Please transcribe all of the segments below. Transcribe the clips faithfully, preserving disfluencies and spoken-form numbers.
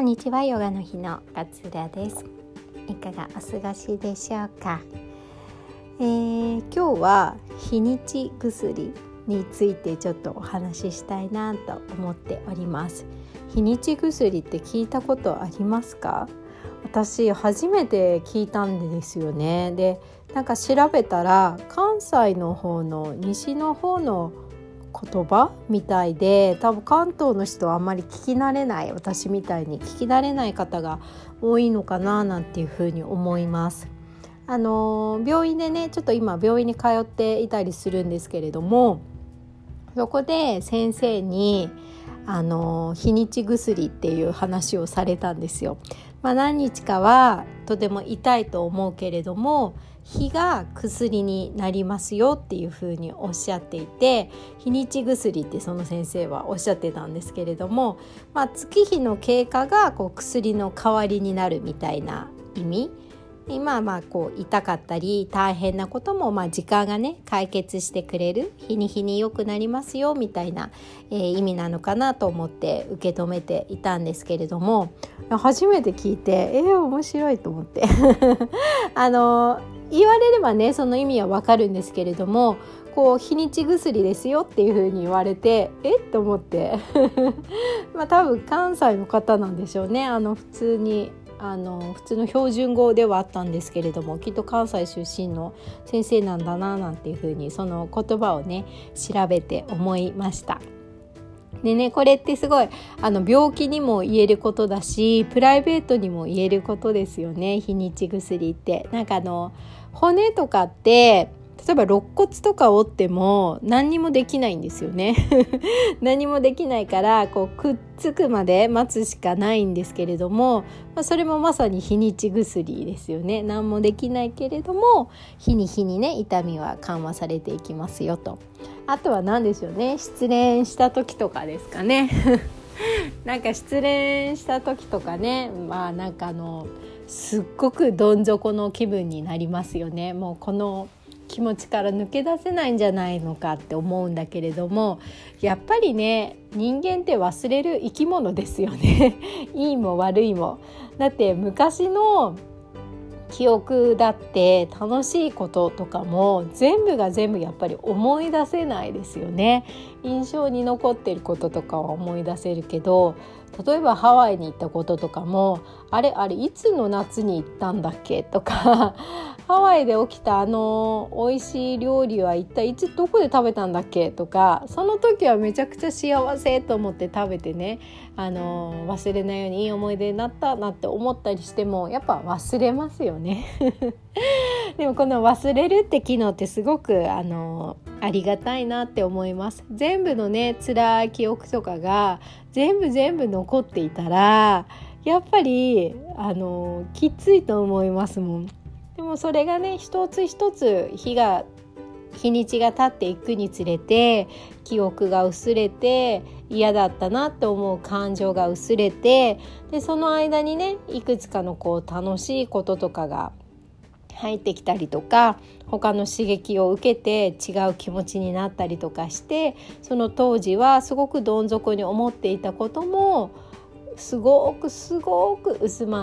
にちは、ヨガの日の勝浦です。いかがお過ごしでしょうか。えー、今日は日にち薬についてちょっとお話ししたいなと思っております。日にち薬って聞いたことありますか？私初めて聞いたんですよね。で、なんか調べたら関西の方の西の方の言葉みたいで、多分関東の人はあんまり聞き慣れない、私みたいに聞き慣れない方が多いのかななんていうふうに思います。あの病院でね、ちょっと今病院に通っていたりするんですけれども、そこで先生にあの日にち薬っていう話をされたんですよ。まあ、何日かはとても痛いと思うけれども、日が薬になりますよっていうふうにおっしゃっていて、日にち薬ってその先生はおっしゃってたんですけれども、まあ、月日の経過がこう薬の代わりになるみたいな意味。今はまあこう痛かったり大変なこともまあ時間がね解決してくれる、日に日に良くなりますよみたいな、えー、意味なのかなと思って受け止めていたんですけれども、初めて聞いてえー、面白いと思ってあの言われればねその意味はわかるんですけれども、こう日にち薬ですよっていう風に言われてえっと思ってまあ多分関西の方なんでしょうね。あの普通にあの普通の標準語ではあったんですけれども、きっと関西出身の先生なんだななんていうふうにその言葉をね調べて思いました。でね、これってすごいあの病気にも言えることだし、プライベートにも言えることですよね。日にち薬ってなんかあの骨とかって例えば肋骨とか折っても何にもできないんですよね何もできないからこうくっつくまで待つしかないんですけれども、まあ、それもまさに日にち薬ですよね。何もできないけれども日に日にね痛みは緩和されていきますよと。あとは何でしょうね、失恋した時とかですかねなんか失恋した時とかね、まあなんかあのすっごくどん底の気分になりますよね。もうこの気持ちから抜け出せないんじゃないのかって思うんだけれども、やっぱりね人間って忘れる生き物ですよねいいも悪いも。だって昔の記憶だって楽しいこととかも全部が全部やっぱり思い出せないですよね。印象に残っていることとかは思い出せるけど、例えばハワイに行ったこととかもあれあれいつの夏に行ったんだっけとかハワイで起きたあの美味しい料理は一体いつどこで食べたんだっけとか、その時はめちゃくちゃ幸せと思って食べてね、あの忘れないようにいい思い出になったなって思ったりしてもやっぱ忘れますよねでもこの忘れるって機能ってすごくあのありがたいなって思います。全部のね辛い記憶とかが全部全部残っていたらやっぱりあのきついと思いますもん。でもそれがね一つ一つ日が日にちが経っていくにつれて記憶が薄れて嫌だったなって思う感情が薄れて、でその間にねいくつかのこう楽しいこととかが入ってきたりとか、他の刺激を受けて違う気持ちになったりとかして、その当時はすごくどん底に思っていたこともすごくすごく薄まって、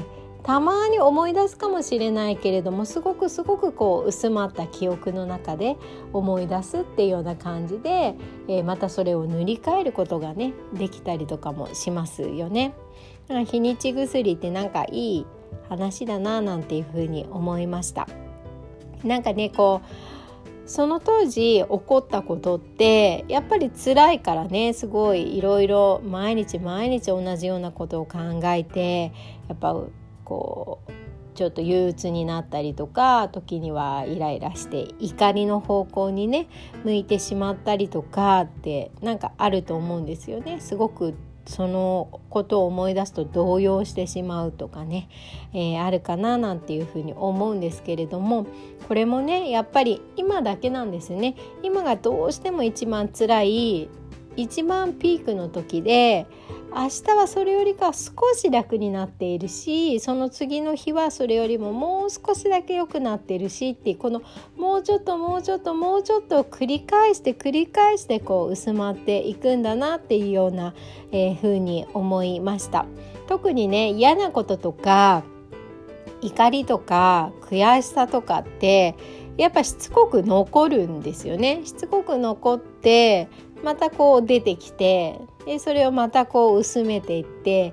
たまに思い出すかもしれないけれどもすごくすごくこう薄まった記憶の中で思い出すっていうような感じで、えー、またそれを塗り替えることがねできたりとかもしますよね。日にち薬ってなんかいい話だななんていうふうに思いました。なんかねこうその当時起こったことってやっぱり辛いからね、すごいいろいろ毎日毎日同じようなことを考えてやっぱこうちょっと憂鬱になったりとか、時にはイライラして怒りの方向にね向いてしまったりとかってなんかあると思うんですよね。すごくそのことを思い出すと動揺してしまうとかね、えー、あるかななんていうふうに思うんですけれども、これもねやっぱり今だけなんですね。今がどうしても一番辛い一番ピークの時で、明日はそれよりか少し楽になっているし、その次の日はそれよりももう少しだけ良くなっているしっていう、このもうちょっともうちょっともうちょっと繰り返して繰り返してこう薄まっていくんだなっていうような、えー、風に思いました。 特にね嫌なこととか怒りとか悔しさとかってやっぱしつこく残るんですよね。しつこく残ってまたこう出てきて、でそれをまたこう薄めていって、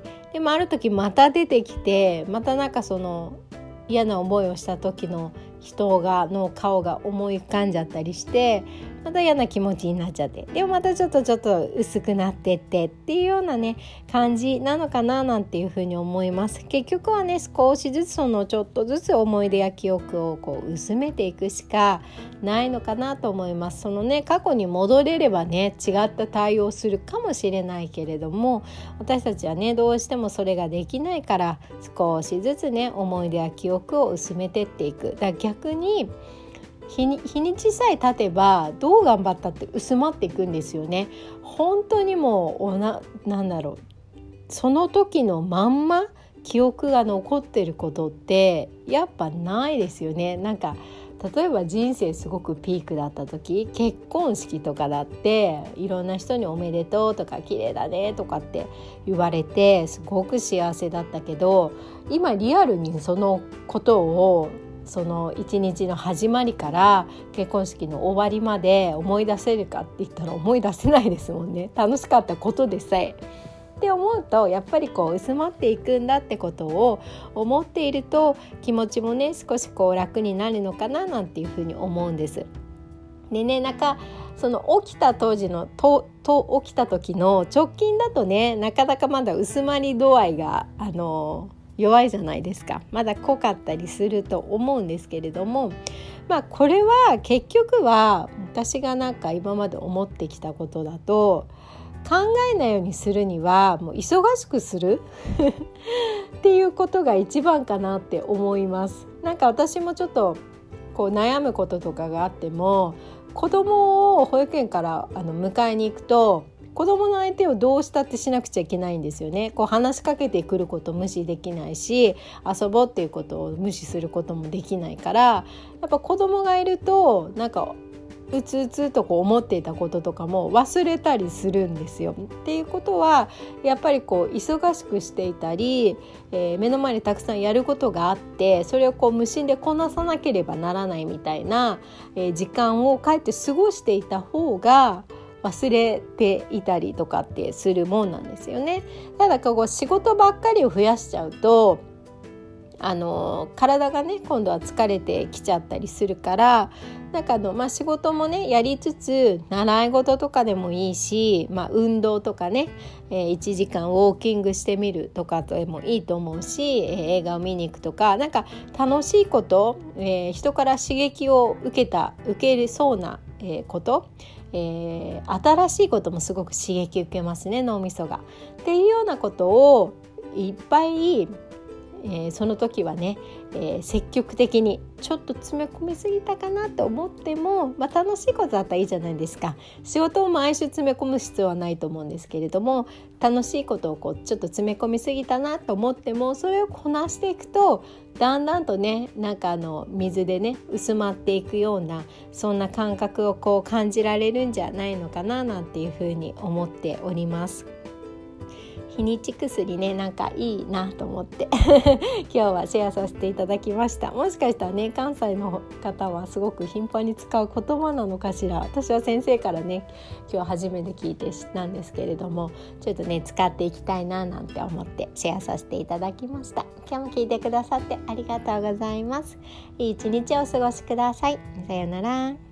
でもある時また出てきて、またなんかその嫌な思いをした時の人がの顔が思い浮かんじゃったりして、また嫌な気持ちになっちゃって、でもまたちょっとちょっと薄くなってってっていうようなね感じなのかななんていうふうに思います。結局はね少しずつそのちょっとずつ思い出や記憶をこう薄めていくしかないのかなと思います。そのね過去に戻れればね違った対応をするかもしれないけれども、私たちはねどうしてもそれができないから、少しずつね思い出や記憶を薄めてっていく。だから逆に日に、日にちさえ経てばどう頑張ったって薄まっていくんですよね。本当にもうおな、なんだろう、その時のまんま記憶が残ってることってやっぱないですよね。なんか例えば人生すごくピークだった時、結婚式とかだっていろんな人におめでとうとか綺麗だねとかって言われてすごく幸せだったけど、今リアルにそのことをその一日の始まりから結婚式の終わりまで思い出せるかって言ったら思い出せないですもんね。楽しかったことでさえって思うと、やっぱりこう薄まっていくんだってことを思っていると気持ちもね少しこう楽になるのかななんていうふうに思うんです。でね、なんかその起きた当時のとと起きた時の直近だとね、なかなかまだ薄まり度合いがあの弱いじゃないですか。まだ濃かったりすると思うんですけれども、まあこれは結局は私がなんか今まで思ってきたことだと、考えないようにするにはもう忙しくするっていうことが一番かなって思います。なんか私もちょっとこう悩むこととかがあっても、子供を保育園からあの迎えに行くと子供の相手をどうしたってしなくちゃいけないんですよね。こう話しかけてくること無視できないし、遊ぼうっていうことを無視することもできないから、やっぱ子供がいるとなんかうつうつとこう思っていたこととかも忘れたりするんですよ。っていうことはやっぱりこう忙しくしていたり、えー、目の前にたくさんやることがあって、それをこう無心でこなさなければならないみたいな、えー、時間をかえって過ごしていた方が忘れていたりとかってするもんなんですよね。ただこう仕事ばっかりを増やしちゃうとあの体がね今度は疲れてきちゃったりするから、なんかあの、まあ、仕事もねやりつつ習い事とかでもいいし、まあ、運動とかね、えー、いちじかんウォーキングしてみるとかでもいいと思うし、えー、映画を見に行くとか、なんか楽しいこと、えー、人から刺激を受けた受け入れそうな、えー、こと、えー、新しいこともすごく刺激受けますね、脳みそが。っていうようなことをいっぱいえー、その時はね、えー、積極的にちょっと詰め込みすぎたかなと思っても、まあ、楽しいことだったらいいじゃないですか。仕事を毎週詰め込む必要はないと思うんですけれども、楽しいことをこうちょっと詰め込みすぎたなと思っても、それをこなしていくとだんだんとね、なんかあの水でね薄まっていくような、そんな感覚をこう感じられるんじゃないのかななんていうふうに思っております。日にち薬ね、なんかいいなと思って今日はシェアさせていただきました。もしかしたらね関西の方はすごく頻繁に使う言葉なのかしら。私は先生からね今日初めて聞いて知ったんですけれども、ちょっとね使っていきたいななんて思ってシェアさせていただきました。今日も聞いてくださってありがとうございます。いい一日をお過ごしください。さようなら。